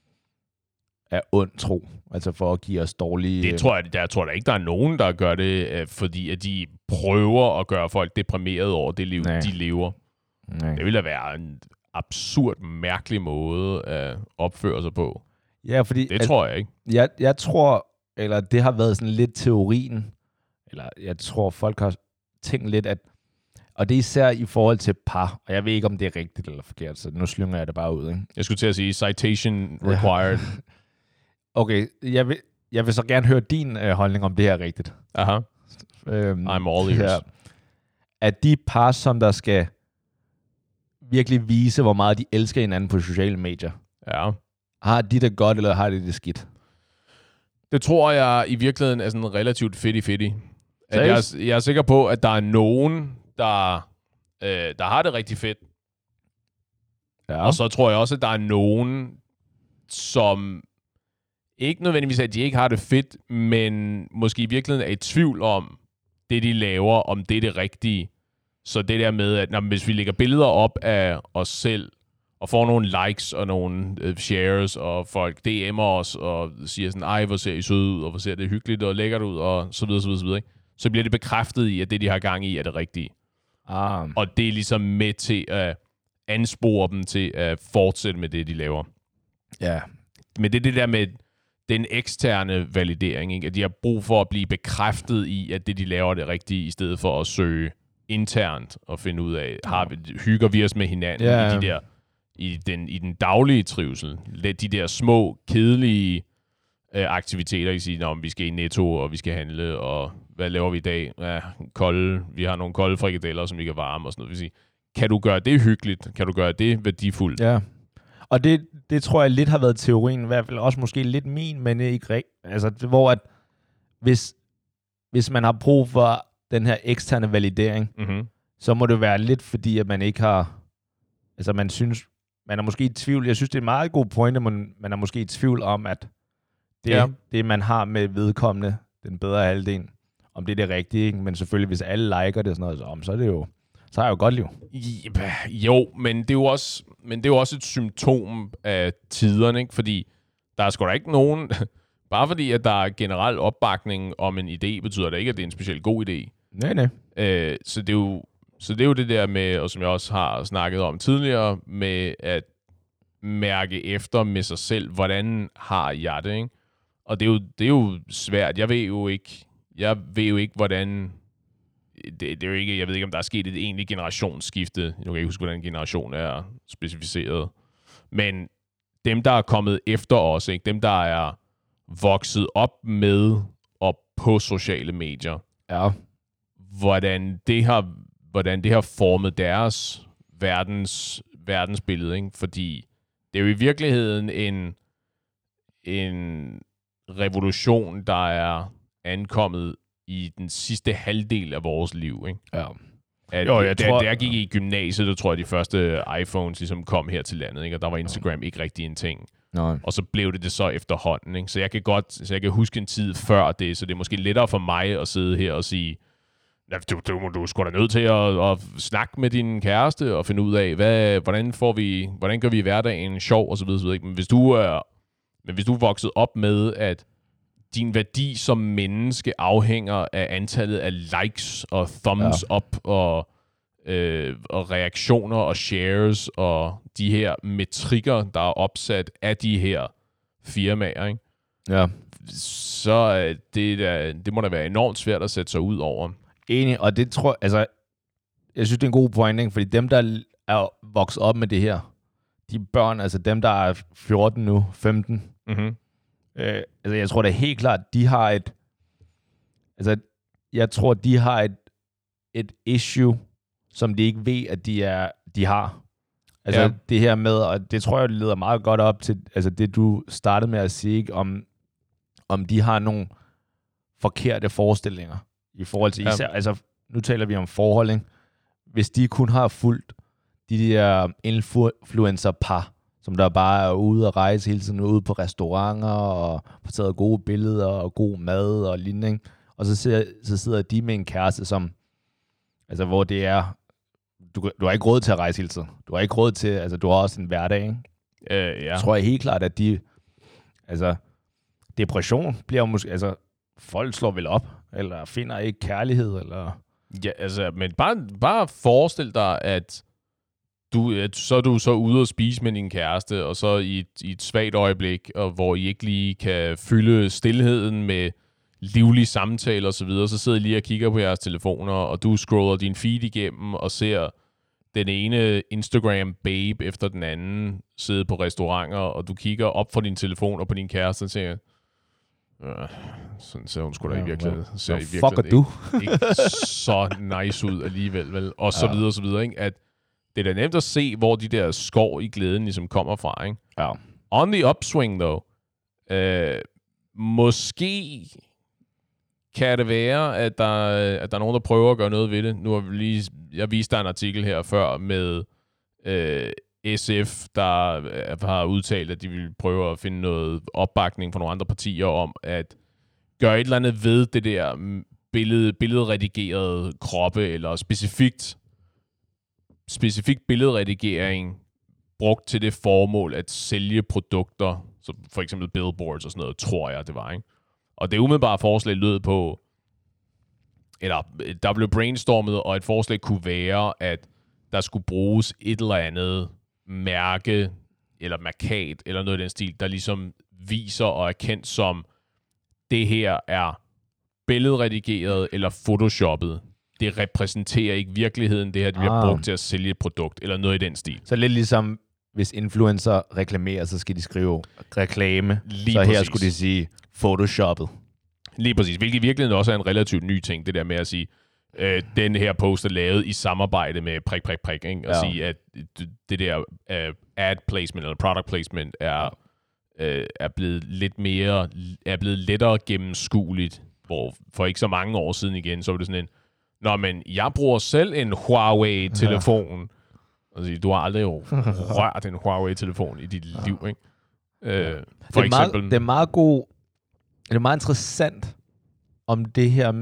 af ond tro, altså for at give os dårlige... Det tror jeg, der, jeg tror da ikke, der er nogen, der gør det, øh, fordi at de prøver at gøre folk deprimerede over det liv, Nej. de lever. Nej. Det ville da være en absurd, mærkelig måde at opføre sig på. Ja, fordi... Det tror jeg ikke. Jeg, jeg tror, eller det har været sådan lidt teorien, eller jeg tror, folk har tænkt lidt, at... Og det er især i forhold til par, og jeg ved ikke, om det er rigtigt eller forkert, så nu slynger jeg det bare ud, ikke? Jeg skulle til at sige, citation required. Okay, jeg vil, jeg vil så gerne høre din øh, holdning om det her er rigtigt. Aha. Øhm, I'm all ears. Ja. At de par, som der skal virkelig vise, hvor meget de elsker hinanden på sociale medier, Ja. har de det godt, eller har de det skidt? Det tror jeg i virkeligheden er sådan relativt fedtig-fedtig. At jeg, Seriøst? er- jeg er sikker på, at der er nogen, der, øh, der har det rigtig fedt. Ja. Og så tror jeg også, at der er nogen, som ikke nødvendigvis, at de ikke har det fedt, men måske i virkeligheden er i tvivl om det, de laver, om det er det rigtige. Så det der med, at når, hvis vi lægger billeder op af os selv, og får nogle likes og nogle uh, shares, og folk D M'er os, og siger sådan, ej, hvor ser I søde ud, og hvor ser det hyggeligt og lækkert ud, og så videre, så videre, så videre, ikke? Så bliver det bekræftet i, at det, de har gang i, er det rigtige. Ah. Og det er ligesom med til at anspore dem til at fortsætte med det, de laver. Ja. Men det er det der med den eksterne validering, ikke? At de har brug for at blive bekræftet i, at det, de laver, er det rigtige, i stedet for at søge internt og finde ud af, har vi, hygger vi os med hinanden yeah. i de der i den i den daglige trivsel. De der små kedelige øh, aktiviteter, I siger, om vi skal i Netto og vi skal handle, og hvad laver vi i dag? Ja, kolde, vi har nogle kolde frikadeller, som vi kan varme og sådan noget. Vi siger, kan du gøre det hyggeligt? Kan du gøre det værdifuldt? Ja. Og det, det tror jeg lidt har været teorien, i hvert fald også måske lidt min, men ikke rigtigt. Altså, hvor at hvis, hvis man har brug for den her eksterne validering, mm-hmm. så må det være lidt fordi, at man ikke har, altså man synes, man er måske i tvivl, jeg synes, det er en meget god pointe, men man er måske i tvivl om, at det, ja. det man har med vedkommende, den bedre halvdel, om det er det rigtige, ikke? Men selvfølgelig, hvis alle liker det, sådan noget, så, om, så er det jo, så har jeg jo godt liv. Jo, men det er jo også, men det er jo også et symptom af tiderne, ikke? Fordi der er sgu da ikke nogen, bare fordi, at der er generel opbakning om en idé, betyder det ikke, at det er en specielt god idé. Nej, nej. Øh, så, det er jo, så det er jo det der med, og som jeg også har snakket om tidligere, med at mærke efter med sig selv, hvordan har jeg det, ikke? Og det er jo, det er jo svært. Jeg ved jo ikke, jeg ved jo ikke, hvordan... Det, det er jo ikke, jeg ved ikke, om der er sket et egentligt generationsskifte. Nu kan jeg ikke huske, hvordan generation er specificeret. Men dem, der er kommet efter os, ikke? Dem, der er vokset op med og på sociale medier, ja. hvordan det har, hvordan det har formet deres verdens, verdensbillede, ikke? Fordi det er jo i virkeligheden en, en revolution, der er ankommet i den sidste halvdel af vores liv, ikke? Ja. At, jo, jeg da, tror, da jeg gik i gymnasiet, der tror jeg, de første iPhones ligesom kom her til landet, ikke? Og der var Instagram ikke rigtig en ting. Nej. Og så blev det det så efterhånden, ikke? Så jeg kan godt, så jeg kan huske en tid før det, så det er måske lettere for mig at sidde her og sige, du, du, du er sgu da nødt til at, at snakke med din kæreste og finde ud af, hvad, hvordan får vi, hvordan gør vi hverdagen sjov og så videre, så videre, ikke? Men hvis du er, men hvis du er vokset op med, at din værdi som menneske afhænger af antallet af likes og thumbs ja. up og, øh, og reaktioner og shares og de her metrikker, der er opsat af de her firmaer, ikke? Ja. Så det, der, det må da være enormt svært at sætte sig ud over. Enig, og det tror jeg, altså, jeg synes, det er en god point, ikke? Fordi dem, der er vokset op med det her, de børn, altså dem, der er fjorten nu, femten, mm-hmm. Øh, altså, jeg tror da helt klart, de har et... Altså, jeg tror, de har et, et issue, som de ikke ved, at de, er, de har. Altså, ja. det her med, og det tror jeg, det leder meget godt op til, altså det, du startede med at sige, ikke? Om, om de har nogle forkerte forestillinger i forhold til... Ja. Især, altså, nu taler vi om forhold, ikke? Hvis de kun har fulgt de der influencer-par, som der bare er ude og rejse hele tiden, ude på restauranter, og får taget gode billeder, og god mad, og lignende. Og så sidder, så sidder de med en kæreste, som, altså hvor det er, du, du har ikke råd til at rejse hele tiden. Du har ikke råd til, altså du har også en hverdag, ikke? Øh, ja. Jeg tror jeg helt klart, at de, altså, depression bliver måske, altså, folk slår vel op, eller finder ikke kærlighed, eller... Ja, altså, men bare, bare forestil dig, at Du, så er du så ude og spise med din kæreste, og så i et, i et svagt øjeblik, og hvor I ikke lige kan fylde stilheden med livlige samtaler og så videre, så sidder I lige og kigger på jeres telefoner, og du scroller din feed igennem og ser den ene Instagram-babe efter den anden sidde på restauranter, og du kigger op fra din telefon og på din kæreste og tænker, øh, sådan ser hun sgu da ja, i virkeligheden. Ser ja, i virkeligheden du? ikke, ikke så nice ud alligevel, vel? Og så ja. videre og så videre, ikke? At det er da nemt at se, hvor de der skår i glæden ligesom kommer fra, ikke? Ja. On the upswing, though. Øh, måske kan det være, at der, at der er nogen, der prøver at gøre noget ved det. Nu har vi lige, jeg viste dig en artikel her før med øh, S F, der har udtalt, at de vil prøve at finde noget opbakning fra nogle andre partier om at gøre et eller andet ved det der billede, billedredigerede kroppe, eller specifikt, specifikt billedredigering brugt til det formål at sælge produkter, som for eksempel billboards og sådan noget, tror jeg, det var, ikke? Og det umiddelbare forslag lød på, eller der blev brainstormet, og et forslag kunne være, at der skulle bruges et eller andet mærke, eller markat, eller noget i den stil, der ligesom viser og er kendt som, det her er billedredigeret eller photoshoppet. Det repræsenterer ikke virkeligheden, det her det bliver ah. brugt til at sælge et produkt, eller noget i den stil. Så lidt ligesom, hvis influencer reklamerer, så skal de skrive reklame. Lige så præcis. Her skulle de sige photoshoppet. Lige præcis, hvilket i virkeligheden også er en relativt ny ting, det der med at sige, øh, den her post er lavet i samarbejde med prik, prik, prik, ikke? Og ja. sige, at det der uh, ad placement eller product placement er, uh, er blevet lidt mere, er blevet lettere gennemskueligt, hvor for ikke så mange år siden igen, så var det sådan en, nå, men jeg bruger selv en Huawei-telefon. Ja. Altså, du har aldrig jo rørt en Huawei-telefon i dit ja. liv, ikke? Uh, ja. for det er eksempel... Meget, det er meget god... Det er meget interessant om det her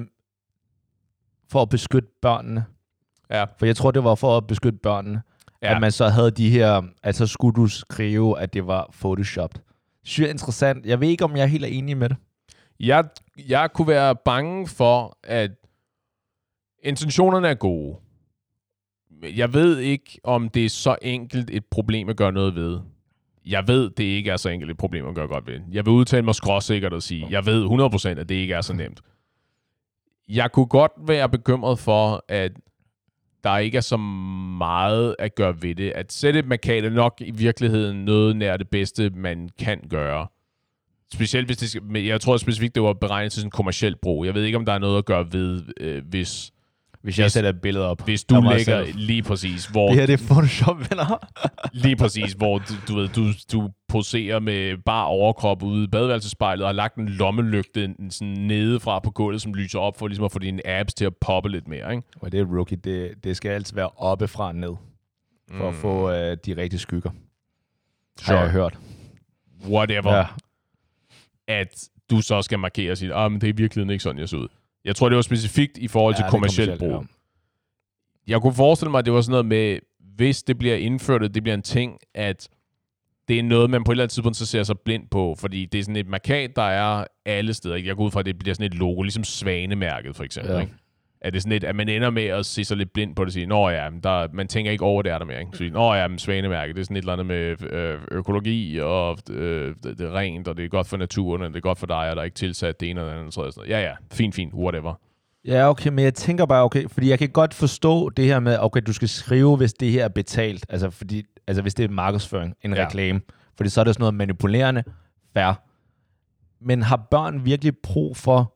for at beskytte børnene. Ja. For jeg tror, det var for at beskytte børnene. Ja. At man så havde de her... Altså skulle du skrive, at det var photoshopped. Det synes jeg er interessant. Jeg ved ikke, om jeg er helt enig med det. Jeg, jeg kunne være bange for, at intentionerne er gode. Jeg ved ikke, om det er så enkelt et problem at gøre noget ved. Jeg ved, det ikke er så enkelt et problem at gøre godt ved. Jeg vil udtale mig skråsikkert og sige, jeg ved hundrede procent, at det ikke er så nemt. Jeg kunne godt være bekymret for, at der ikke er så meget at gøre ved det. At sætte et markat er nok i virkeligheden noget nær det bedste, man kan gøre. Specielt hvis det skal, jeg tror specifikt, det var beregnet til sådan en kommerciel brug. Jeg ved ikke, om der er noget at gøre ved, øh, hvis... Hvis jeg sætter et billede op. Hvis du lægger lige præcis, hvor... Det her, det er Photoshop, venner. Lige præcis, hvor du, du, ved, du, du poserer med bare overkrop ude i badeværelsespejlet og har lagt en lommelygte sådan nedefra på gulvet, som lyser op for ligesom at få dine apps til at poppe lidt mere, ikke? Og det er rookie. Det, det skal altid være oppefra ned, for mm. at få øh, de rigtige skygger. Sure. Har jeg hørt. Whatever. Ja. At du så skal markere og sige, ah, men det er i virkeligheden ikke sådan, jeg så ud. Jeg tror, det var specifikt i forhold til ja, kommercielt brug. Ja. Jeg kunne forestille mig, at det var sådan noget med, hvis det bliver indført, at det bliver en ting, at det er noget, man på et eller andet tidspunkt så ser sig blind på, fordi det er sådan et markat, der er alle steder. Jeg går ud fra, at det bliver sådan et logo, ligesom Svanemærket for eksempel. Ja. Ikke? At det sådan et, at man ender med at se sig lidt blind på det og sige, nå ja, der, man tænker ikke over, det er der mere. Ikke? Så, nå ja, men Svanemærket, det er sådan et eller andet med øh, økologi, og øh, det, det er rent, og det er godt for naturen, og det er godt for dig, og der er ikke tilsat det ene eller andet. Sådan noget. Ja, ja, fint, fint, whatever. Ja, okay, men jeg tænker bare, okay, fordi jeg kan godt forstå det her med, okay, du skal skrive, hvis det her er betalt, altså, fordi, altså hvis det er markedsføring, en ja. reklame, fordi så er det sådan noget manipulerende, fair. Men har børn virkelig brug for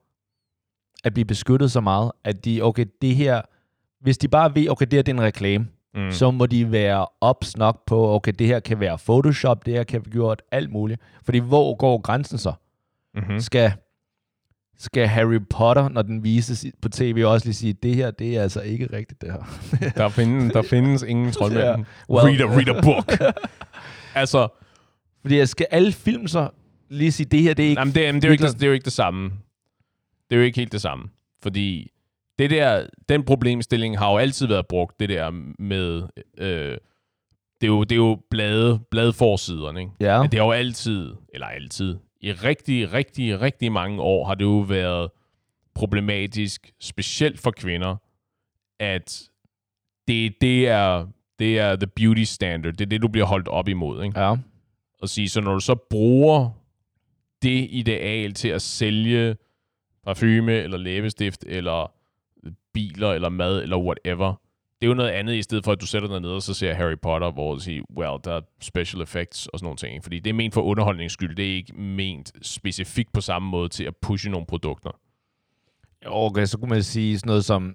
at blive beskyttet så meget, at de, okay, det her, hvis de bare ved, okay, det her det er en reklame, mm. så må de være ops nok på, okay, det her kan være Photoshop, det her kan være gjort alt muligt. Fordi hvor går grænsen så? Mm-hmm. Skal, skal Harry Potter, når den vises på tv, også lige sige, det her, det er altså ikke rigtigt, det her. der, findes, der findes ingen troldmænd. Yeah. Well, read, a, read a book. altså. Fordi skal alle film så lige sige, det her, det er ikke... Jamen, det, jamen, det, er jo ikke det, det er jo ikke det samme. Det er jo ikke helt det samme, fordi det der, den problemstilling har jo altid været brugt, det der med, øh, det er jo, det er jo blade, bladforsiderne, ikke? Ja. Det har jo altid, eller altid, i rigtig, rigtig, rigtig mange år har det jo været problematisk, specielt for kvinder, at det, det, er, det er the beauty standard, det er det, du bliver holdt op imod, ikke? Ja. Og sige, så når du så bruger det ideal til at sælge parfume, eller læbestift, eller biler, eller mad, eller whatever. Det er jo noget andet, i stedet for, at du sætter dig ned, og så ser Harry Potter, hvor du siger, well, der er special effects, og sådan nogle ting. Fordi det er ment for underholdningens skyld. Det er ikke ment specifikt på samme måde til at pushe nogle produkter. Okay, så kunne man sige sådan noget som,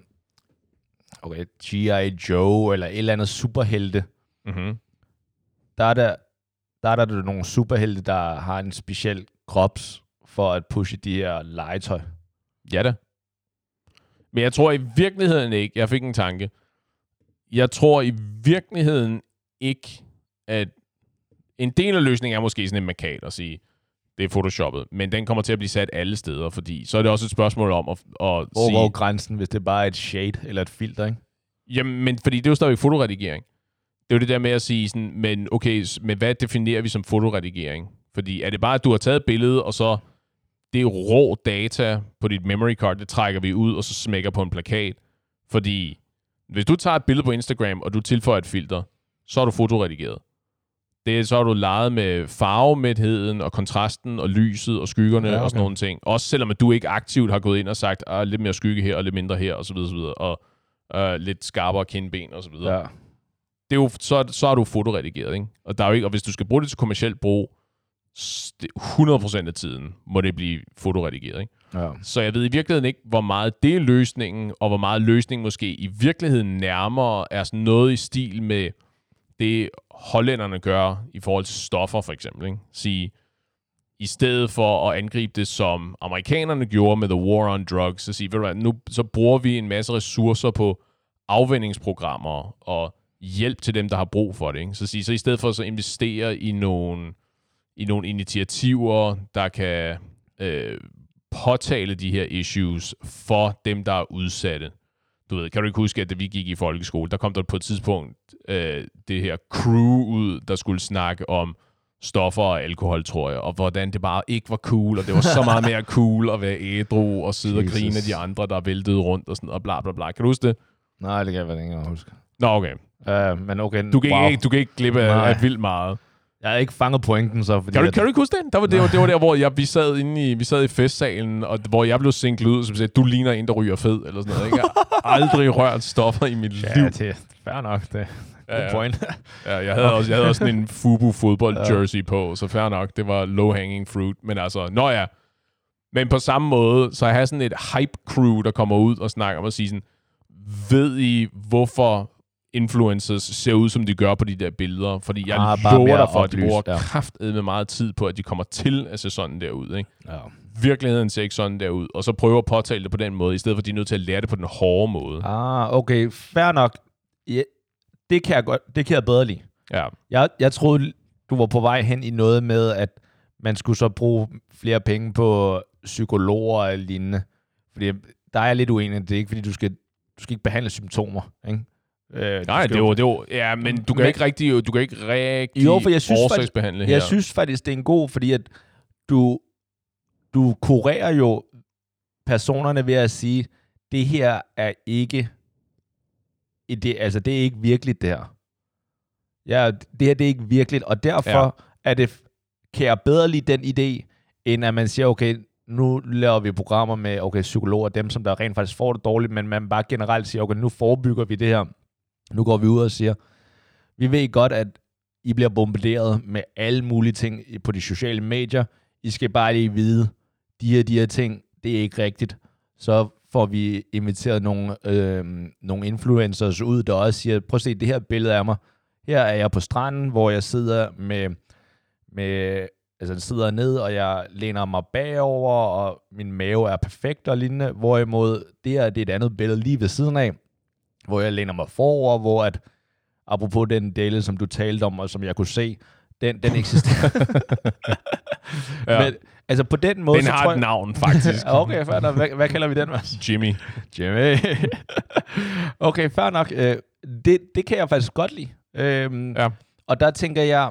okay, G I. Joe, eller et eller andet superhelte. Mm-hmm. Der er der, der er der nogle superhelte, der har en speciel krops, for at pushe de her legetøj. Ja da. Men jeg tror i virkeligheden ikke, jeg fik en tanke, jeg tror i virkeligheden ikke, at en del af løsningen er måske sådan en markat at sige, det er photoshoppet, men den kommer til at blive sat alle steder, fordi så er det også et spørgsmål om at, at hvor, sige... Hvor grænsen, hvis det er bare et shade eller et filter, ikke? Jamen, men fordi det er jo stadigvæk fotoredigering. Det er jo det der med at sige sådan, men okay, men hvad definerer vi som fotoredigering? Fordi er det bare, at du har taget et billede, og så det er rå data på dit memory card, det trækker vi ud, og så smækker på en plakat? Fordi hvis du tager et billede på Instagram, og du tilføjer et filter, så er du fotoredigeret. Det er, så har du leget med farvemætheden, og kontrasten, og lyset, og skyggerne, ja, okay. og sådan nogle ting. Også selvom at du ikke aktivt har gået ind og sagt, ah, lidt mere skygge her, og lidt mindre her, og så videre, så videre, og uh, lidt skarpere kindben, og så videre. Ja. Det er jo, så, så er du fotoredigeret, ikke? Og, der er jo ikke, og hvis du skal bruge det til kommercielt brug, hundrede procent af tiden må det blive fotoredigeret, ikke? Ja. Så jeg ved i virkeligheden ikke, hvor meget det er løsningen, og hvor meget løsningen måske i virkeligheden nærmere er sådan noget i stil med det, hollænderne gør i forhold til stoffer, for eksempel. Ikke? Sige, i stedet for at angribe det, som amerikanerne gjorde med The War on Drugs, så sige, ved du hvad, nu så bruger vi en masse ressourcer på afvendingsprogrammer og hjælp til dem, der har brug for det. Ikke? Så, sige, så i stedet for at så investere i nogle, i nogle initiativer, der kan øh, påtale de her issues for dem, der er udsatte. Du ved, kan du ikke huske, at da vi gik i folkeskole, der kom der på et tidspunkt øh, det her crew ud, der skulle snakke om stoffer og alkohol, tror jeg, og hvordan det bare ikke var cool, og det var så meget mere cool at være ædru og sidde Jesus. Og grine af de andre, der væltede rundt og sådan og bla bla bla. Kan du huske det? Nej, det kan jeg ikke huske. Nå, okay. Uh, men okay. Du kan, wow. ikke, du kan ikke glippe af, af vildt meget. Jeg har ikke fanget pointen, så. Fordi kan, du, at... kan du ikke huske det? Der var, det, var, det var der, hvor jeg, vi, sad inde i, vi sad i festsalen, og hvor jeg blev sinklet ud, som sagde, du ligner en, der ryger fed, eller sådan noget. Ikke? Jeg har aldrig rørt stoffer i mit ja, liv. Ja, det er fair nok. Det ja, ja. point. ja, jeg havde, også, jeg havde også sådan en Fubu fodbold jersey på, så fair nok. Det var low hanging fruit. Men altså, nå ja. Men på samme måde, så jeg har sådan et hype crew, der kommer ud og snakker om at sige sådan, ved I, hvorfor influencers ser ud, som de gør på de der billeder? Fordi jeg ah, lover dig for, at de bruger ja. kraftedme meget tid på, at de kommer til at se sådan der ud. Ikke? Ja. Virkeligheden ser ikke sådan der ud. Og så prøver at påtale det på den måde, i stedet for, at de er nødt til at lære det på den hårde måde. Ah, okay. Fair nok. Ja, det, kan jeg godt, det kan jeg bedre lide. Ja. Jeg, jeg troede, du var på vej hen i noget med, at man skulle så bruge flere penge på psykologer og lignende. Fordi der er jeg lidt uenig. Det er ikke, fordi du skal, du skal ikke behandle symptomer, ikke? Øh, Nej, det er jo, det er jo, ja, men du kan men, ikke rigtig, du kan ikke rigtig jo, for jeg synes årsagsbehandle faktisk, her. Jeg synes faktisk, det er en god, fordi at du, du kurerer jo personerne ved at sige, det her er ikke, det, altså det er ikke virkeligt det her. Ja, det her det er ikke virkeligt, og derfor ja. er det, kan jeg bedre lide den idé, end at man siger, okay, nu laver vi programmer med okay, psykologer, dem som der rent faktisk får det dårligt, men man bare generelt siger, okay, nu forebygger vi det her. Nu går vi ud og siger, vi ved godt, at I bliver bombarderet med alle mulige ting på de sociale medier. I skal bare lige vide, de her, de her ting, det er ikke rigtigt. Så får vi inviteret nogle, øh, nogle influencers ud, der også siger, prøv at se det her billede af mig. Her er jeg på stranden, hvor jeg sidder med, med altså jeg sidder ned, og jeg læner mig bagover, og min mave er perfekt og lignende. Hvorimod det her, det er et andet billede lige ved siden af, hvor jeg læner mig forover, hvor at, apropos den del, som du talte om, og som jeg kunne se, den, den eksisterer. ja. Men, altså på den måde... Den så har tror et jeg... navn, faktisk. Okay, fair nok. Hvad, hvad kalder vi den, Mads? Jimmy. Jimmy. Okay, fair nok. Øh, det, det kan jeg faktisk godt lide. Øhm, ja. Og der tænker jeg,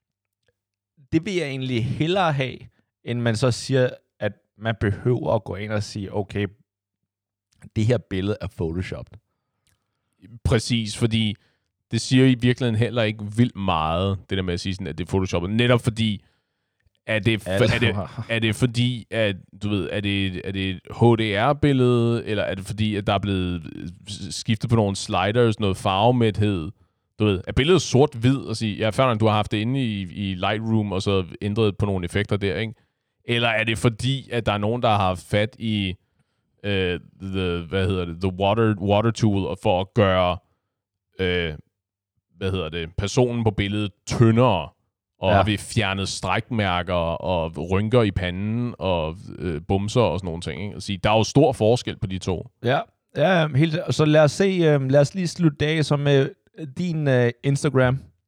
det vil jeg egentlig hellere have, end man så siger, at man behøver at gå ind og sige, okay, det her billede er photoshoppet. Præcis, fordi det siger i virkeligheden heller ikke vildt meget, det der med at sige, sådan, at det er photoshoppet. Netop fordi, er det, for, er, det, er det fordi, at du ved, er det, er det et H D R-billede, eller er det fordi, at der er blevet skiftet på nogle sliders, noget farvemæthed? Du ved, er billedet sort-hvid og sige, ja, færdig, du har haft det inde i, i Lightroom, og så ændret på nogle effekter der, ikke? Eller er det fordi, at der er nogen, der har haft fat i uh, the, hvad hedder det, the water, water tool, for at gøre uh, hvad hedder det, personen på billedet tyndere, og ja. Har vi fjernet strækmærker og rynker i panden og uh, bumser og sådan nogle ting, ikke? Altså, der er jo stor forskel på de to. Ja, ja helt, så lad os se, uh, lad os lige slutte dag som med din uh, Instagram.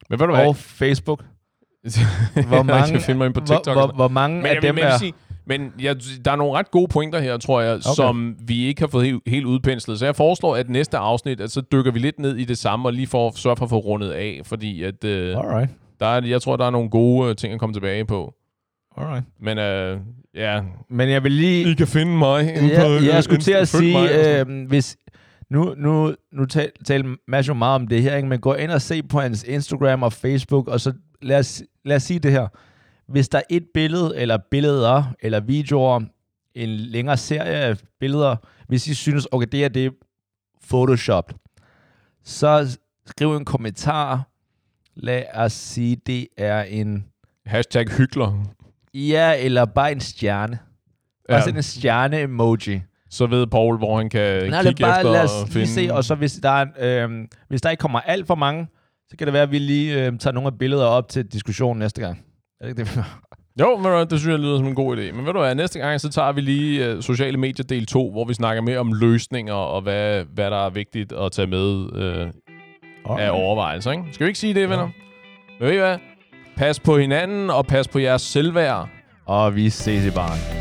Men ved du hvad? Og Facebook. Hvor mange, jeg kan finde mig ind på TikTok. Hvor, hvor, hvor mange men, af jeg, dem men, er... sige, men jeg, der er nogle ret gode pointer her, tror jeg, okay. som vi ikke har fået helt, helt udpenslet. Så jeg foreslår, at næste afsnit, at så dykker vi lidt ned i det samme, og lige for at sørge for at få rundet af, fordi at, øh, Alright. der er, jeg tror, der er nogle gode ting at komme tilbage på. Alright. Men øh, ja... Men jeg vil lige... I kan finde mig. Ja, på, jeg skulle til at sige, mig, øh, hvis... Nu, nu, nu tal, taler Mads jo meget om det her, ikke? Men gå ind og se på hans Instagram og Facebook, og så lad os, lad os sige det her. Hvis der er et billede, eller billeder, eller videoer, en længere serie af billeder, hvis I synes, okay, det er det Photoshop, så skriv en kommentar. Lad os sige, det er en... Hashtag hykler. Ja, eller bare en stjerne. Bare Ja. sådan en stjerne-emoji. Så ved Paul, hvor han kan Nej, kigge bare, efter lad og os finde... lige se, og så hvis der, er, øh, hvis der ikke kommer alt for mange, så kan det være, at vi lige øh, tager nogle af billeder op til diskussion næste gang. Er det ikke det? Jo, men det synes jeg lyder som en god idé. Men ved du hvad, næste gang, så tager vi lige uh, sociale medier del to, hvor vi snakker mere om løsninger, og hvad, hvad der er vigtigt at tage med uh, okay. af overvejelser. Ikke? Skal vi ikke sige det, venner? Ja. Men ved I hvad? Pas på hinanden, og pas på jeres selvværd. Og vi ses i baren.